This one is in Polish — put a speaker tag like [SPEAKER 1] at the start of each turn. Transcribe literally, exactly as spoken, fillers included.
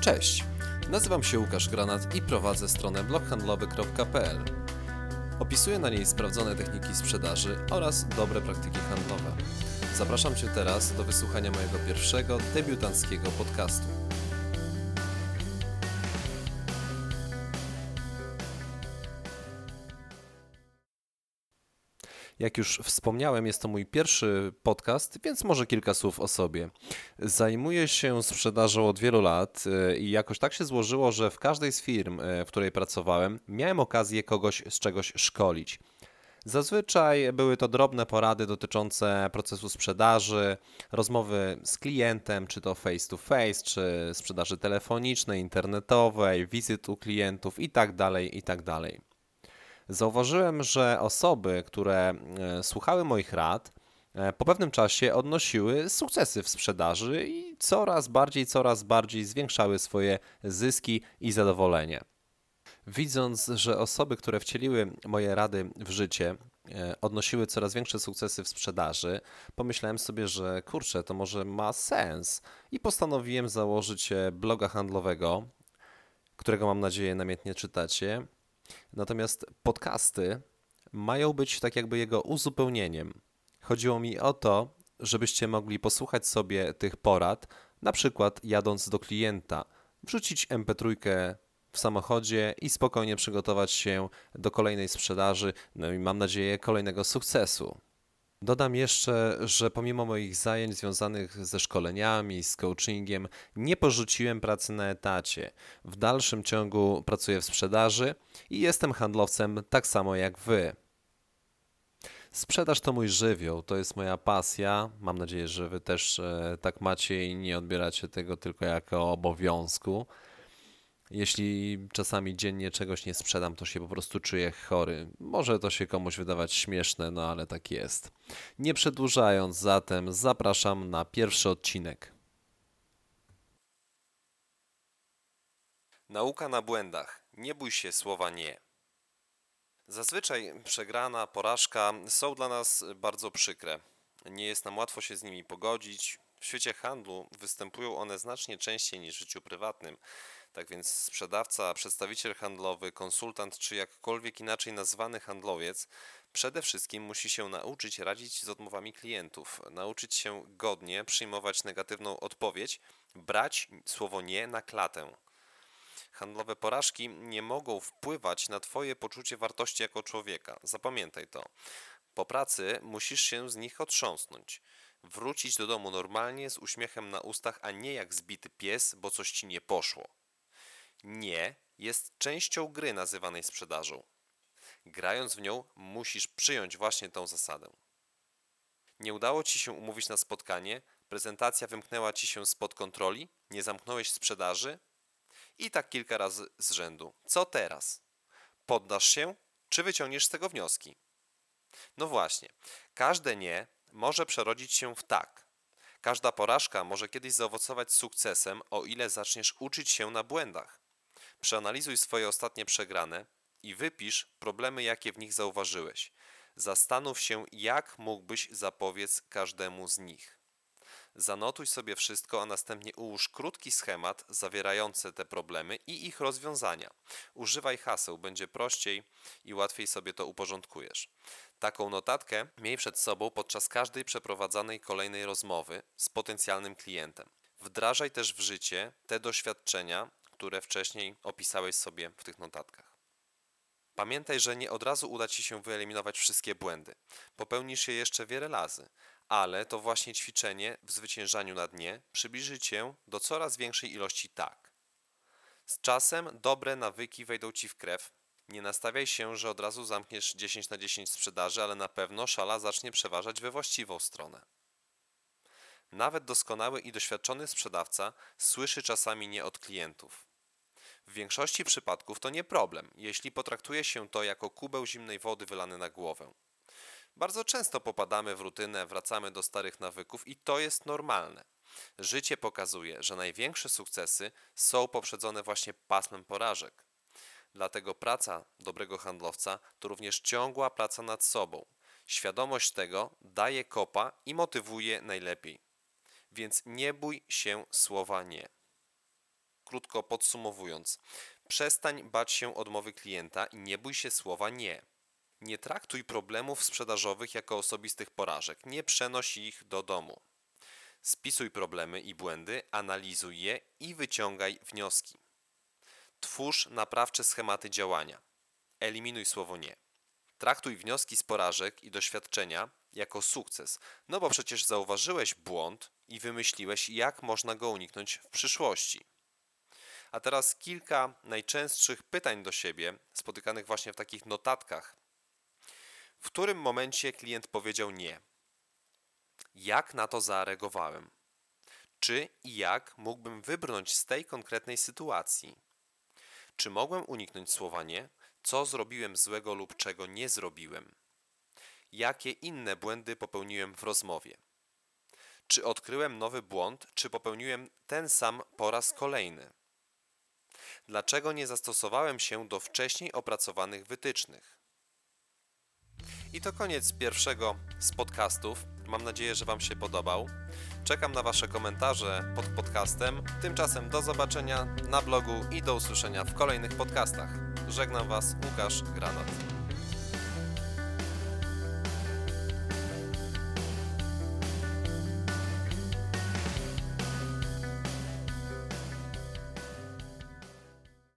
[SPEAKER 1] Cześć, nazywam się Łukasz Granat i prowadzę stronę blog handlowy kropka p l. Opisuję na niej sprawdzone techniki sprzedaży oraz dobre praktyki handlowe. Zapraszam Cię teraz do wysłuchania mojego pierwszego debiutanckiego podcastu. Jak już wspomniałem, jest to mój pierwszy podcast, więc może kilka słów o sobie. Zajmuję się sprzedażą od wielu lat i jakoś tak się złożyło, że w każdej z firm, w której pracowałem, miałem okazję kogoś z czegoś szkolić. Zazwyczaj były to drobne porady dotyczące procesu sprzedaży, rozmowy z klientem, czy to face to face, czy sprzedaży telefonicznej, internetowej, wizyt u klientów itd., itd. Zauważyłem, że osoby, które słuchały moich rad, po pewnym czasie odnosiły sukcesy w sprzedaży i coraz bardziej, coraz bardziej zwiększały swoje zyski i zadowolenie. Widząc, że osoby, które wcieliły moje rady w życie, odnosiły coraz większe sukcesy w sprzedaży, pomyślałem sobie, że kurczę, to może ma sens i postanowiłem założyć bloga handlowego, którego mam nadzieję namiętnie czytacie. Natomiast podcasty mają być tak jakby jego uzupełnieniem. Chodziło mi o to, żebyście mogli posłuchać sobie tych porad, na przykład jadąc do klienta, wrzucić em pe trzy w samochodzie i spokojnie przygotować się do kolejnej sprzedaży, no i mam nadzieję kolejnego sukcesu. Dodam jeszcze, że pomimo moich zajęć związanych ze szkoleniami, z coachingiem, nie porzuciłem pracy na etacie. W dalszym ciągu pracuję w sprzedaży i jestem handlowcem tak samo jak wy. Sprzedaż to mój żywioł, to jest moja pasja. Mam nadzieję, że wy też e, tak macie i nie odbieracie tego tylko jako obowiązku. Jeśli czasami dziennie czegoś nie sprzedam, to się po prostu czuję chory. Może to się komuś wydawać śmieszne, no ale tak jest. Nie przedłużając zatem, zapraszam na pierwszy odcinek. Nauka na błędach. Nie bój się słowa nie. Zazwyczaj przegrana, porażka są dla nas bardzo przykre. Nie jest nam łatwo się z nimi pogodzić. W świecie handlu występują one znacznie częściej niż w życiu prywatnym. Tak więc sprzedawca, przedstawiciel handlowy, konsultant czy jakkolwiek inaczej nazwany handlowiec przede wszystkim musi się nauczyć radzić z odmowami klientów, nauczyć się godnie przyjmować negatywną odpowiedź, brać słowo nie na klatę. Handlowe porażki nie mogą wpływać na Twoje poczucie wartości jako człowieka. Zapamiętaj to. Po pracy musisz się z nich otrząsnąć. Wrócić do domu normalnie z uśmiechem na ustach, a nie jak zbity pies, bo coś Ci nie poszło. Nie jest częścią gry nazywanej sprzedażą. Grając w nią, musisz przyjąć właśnie tę zasadę. Nie udało Ci się umówić na spotkanie, prezentacja wymknęła Ci się spod kontroli, nie zamknąłeś sprzedaży i tak kilka razy z rzędu. Co teraz? Poddasz się, czy wyciągniesz z tego wnioski? No właśnie, każde nie może przerodzić się w tak. Każda porażka może kiedyś zaowocować sukcesem, o ile zaczniesz uczyć się na błędach. Przeanalizuj swoje ostatnie przegrane i wypisz problemy, jakie w nich zauważyłeś. Zastanów się, jak mógłbyś zapobiec każdemu z nich. Zanotuj sobie wszystko, a następnie ułóż krótki schemat zawierający te problemy i ich rozwiązania. Używaj haseł, będzie prościej i łatwiej sobie to uporządkujesz. Taką notatkę miej przed sobą podczas każdej przeprowadzanej kolejnej rozmowy z potencjalnym klientem. Wdrażaj też w życie te doświadczenia, które wcześniej opisałeś sobie w tych notatkach. Pamiętaj, że nie od razu uda Ci się wyeliminować wszystkie błędy. Popełnisz je jeszcze wiele razy, ale to właśnie ćwiczenie w zwyciężaniu na dnie przybliży Cię do coraz większej ilości tak. Z czasem dobre nawyki wejdą Ci w krew. Nie nastawiaj się, że od razu zamkniesz dziesięć na dziesięć sprzedaży, ale na pewno szala zacznie przeważać we właściwą stronę. Nawet doskonały i doświadczony sprzedawca słyszy czasami nie od klientów. W większości przypadków to nie problem, jeśli potraktuje się to jako kubeł zimnej wody wylany na głowę. Bardzo często popadamy w rutynę, wracamy do starych nawyków i to jest normalne. Życie pokazuje, że największe sukcesy są poprzedzone właśnie pasmem porażek. Dlatego praca dobrego handlowca to również ciągła praca nad sobą. Świadomość tego daje kopa i motywuje najlepiej. Więc nie bój się słowa nie. krótko podsumowując, przestań bać się odmowy klienta i nie bój się słowa nie. Nie traktuj problemów sprzedażowych jako osobistych porażek, nie przenoś ich do domu. Spisuj problemy i błędy, analizuj je i wyciągaj wnioski. Twórz naprawcze schematy działania. Eliminuj słowo nie. Traktuj wnioski z porażek i doświadczenia jako sukces, no bo przecież zauważyłeś błąd i wymyśliłeś, jak można go uniknąć w przyszłości. A teraz kilka najczęstszych pytań do siebie, spotykanych właśnie w takich notatkach. W którym momencie klient powiedział nie? Jak na to zareagowałem? Czy i jak mógłbym wybrnąć z tej konkretnej sytuacji? Czy mogłem uniknąć słowa nie? Co zrobiłem złego lub czego nie zrobiłem? Jakie inne błędy popełniłem w rozmowie? Czy odkryłem nowy błąd, czy popełniłem ten sam po raz kolejny? Dlaczego nie zastosowałem się do wcześniej opracowanych wytycznych? I to koniec pierwszego z podcastów. Mam nadzieję, że Wam się podobał. Czekam na Wasze komentarze pod podcastem. Tymczasem do zobaczenia na blogu i do usłyszenia w kolejnych podcastach. Żegnam Was, Łukasz Granat.